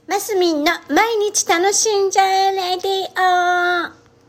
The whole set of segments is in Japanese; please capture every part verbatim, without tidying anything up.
マスミンの毎日楽しんじゃえレディオ。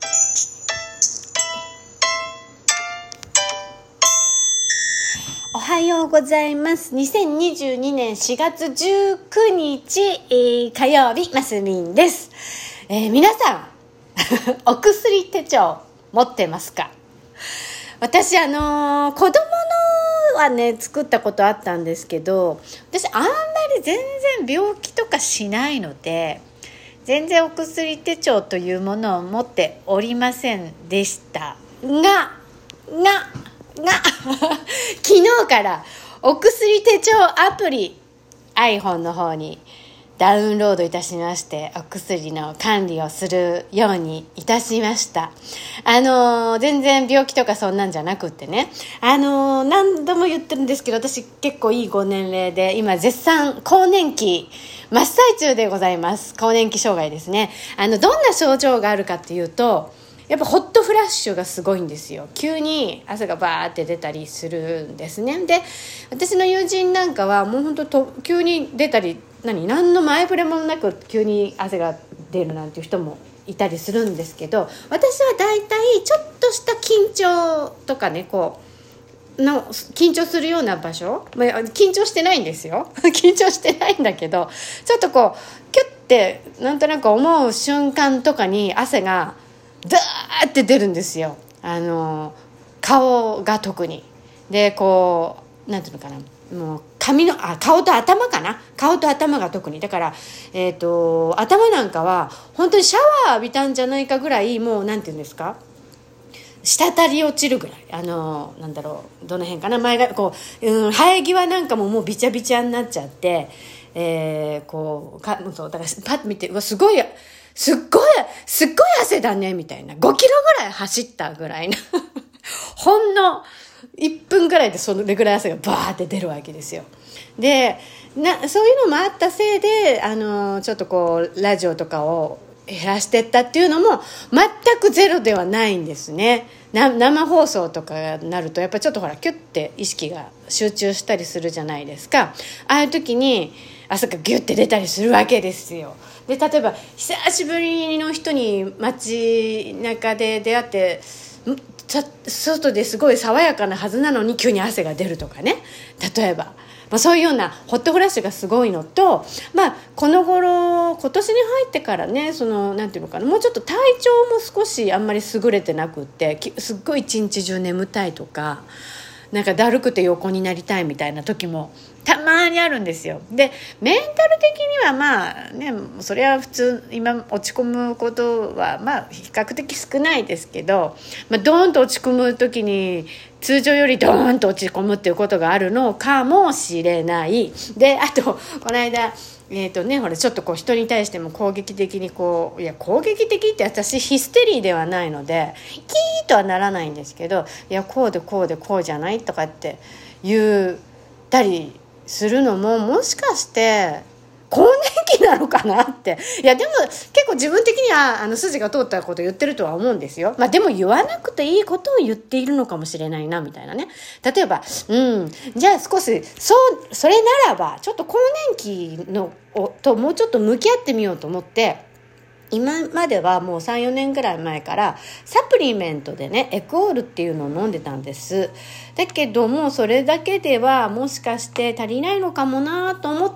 おはようございます。にせんにじゅうにねんしがつじゅうくにち、えー、火曜日、マスミンです。えー、皆さんお薬手帳持ってますか？私あのー、子供のはね作ったことあったんですけど、私あんまり全然病気とかしないので全然お薬手帳というものを持っておりませんでしたががが昨日からお薬手帳アプリ iPhone の方にダウンロードいたしまして、お薬の管理をするようにいたしました。あのー、全然病気とかそんなんじゃなくってね、あのー、何度も言ってるんですけど、私結構いいご年齢で今絶賛更年期真っ最中でございます。更年期障害ですね。あのどんな症状があるかっていうと、やっぱホットフラッシュがすごいんですよ。急に汗がバーって出たりするんですね。で、私の友人なんかはもう本当と急に出たり、何何の前触れもなく急に汗が出るなんていう人もいたりするんですけど、私はだいたいちょっとした緊張とかね、こうの緊張するような場所、まあ、緊張してないんですよ緊張してないんだけど、ちょっとこうキュッてなんとなく思う瞬間とかに汗がダーって出るんですよ。あの顔が特にで、こうなんていうのかな、もう髪のあ顔と頭かな顔と頭が特にだから、えーと、頭なんかは本当にシャワー浴びたんじゃないかぐらい、もうなんていうんですか、滴り落ちるぐらい、あのなんだろう、どの辺かな、前がこう、うん、生え際なんかももうビチャビチャになっちゃって、えー、こうかそうだからパッと見て、うわすごいすっごいすっごい汗だねみたいな、ごキロぐらい走ったぐらいなほんのいっぷんぐらいでそれぐらい汗がバーって出るわけですよ。でなそういうのもあったせいで、あのちょっとこうラジオとかを減らしていったっていうのも全くゼロではないんですね。な生放送とかになるとやっぱちょっとほらキュッて意識が集中したりするじゃないですか。ああいう時に汗がギュッて出たりするわけですよ。で例えば久しぶりの人に街中で出会って外ですごい爽やかなはずなのに急に汗が出るとかね、例えば、まあ、そういうようなホットフラッシュがすごいのと、まあ、この頃今年に入ってからね、そのなんていうのかな、もうちょっと体調も少しあんまり優れてなくって、すっごい一日中眠たいとか、なんかだるくて横になりたいみたいな時もたまにあるんですよ。でメンタル的にはまあね、それは普通今落ち込むことはまあ比較的少ないですけど、まあ、ドーンと落ち込む時に通常よりドーンと落ち込むっていうことがあるのかもしれない。であとこの間えーとね、ほらちょっとこう人に対しても攻撃的にこう、いや攻撃的って私ヒステリーではないのでキーとはならないんですけど、いやこうでこうでこうじゃないとかって言ったりするのももしかして更年期なのかなって。いやでも結構自分的にはあの筋が通ったことを言ってるとは思うんですよ。まあでも言わなくていいことを言っているのかもしれないなみたいなね。例えばうんじゃあ少しそうそれならばちょっと更年期のともうちょっと向き合ってみようと思って、今まではもう さん,よ 年ぐらい前からサプリメントでねエクオールっていうのを飲んでたんです。だけどもそれだけではもしかして足りないのかもなと思って、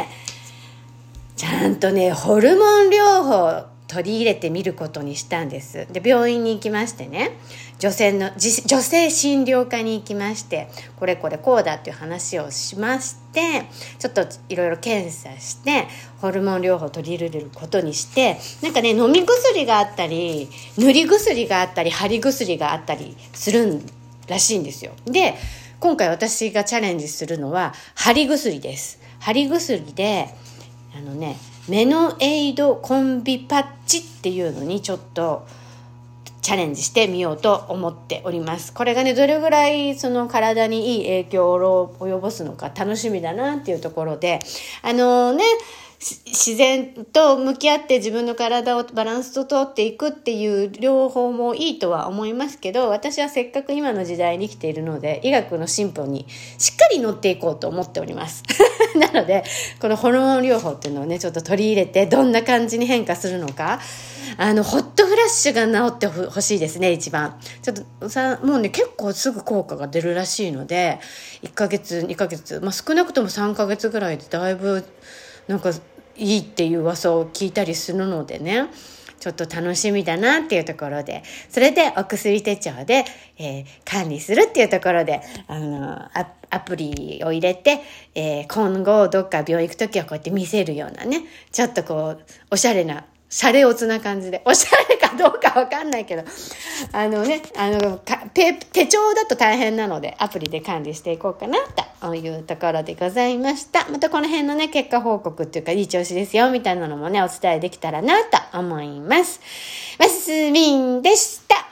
ちゃんとねホルモン療法取り入れてみることにしたんです。で病院に行きましてね、女性の女性診療科に行きまして、これこれこうだっていう話をしまして、ちょっといろいろ検査してホルモン療法を取り入れることにして、なんかね飲み薬があったり塗り薬があったり貼り薬があったりするらしいんですよ。で今回私がチャレンジするのは貼り薬です。貼り薬であのねメノエイドコンビパッチっていうのにちょっとチャレンジしてみようと思っております。これがねどれぐらいその体にいい影響を及ぼすのか楽しみだなっていうところで、あのね自然と向き合って自分の体をバランスと取っていくっていう両方もいいとは思いますけど、私はせっかく今の時代に生きているので、医学の進歩にしっかり乗っていこうと思っておりますなのでこのホルモン療法っていうのをねちょっと取り入れて、どんな感じに変化するのか、あのホットフラッシュが治ってほしいですね。一番ちょっとさ、もうね結構すぐ効果が出るらしいので、いっかげつにかげつ、まあ、少なくともさんかげつぐらいでだいぶなんかいいっていう噂を聞いたりするのでね、ちょっと楽しみだなっていうところで、それでお薬手帳で、えー、管理するっていうところで、あのア、アプリを入れて、えー、今後どっか病院行くときはこうやって見せるようなね、ちょっとこうおしゃれなシャレオツな感じで、おしゃれかどうかわかんないけど、あのね、あの手、手帳だと大変なのでアプリで管理していこうかなというところでございました。またこの辺のね結果報告っていうか、いい調子ですよみたいなのもねお伝えできたらなと思います。マスミンでした。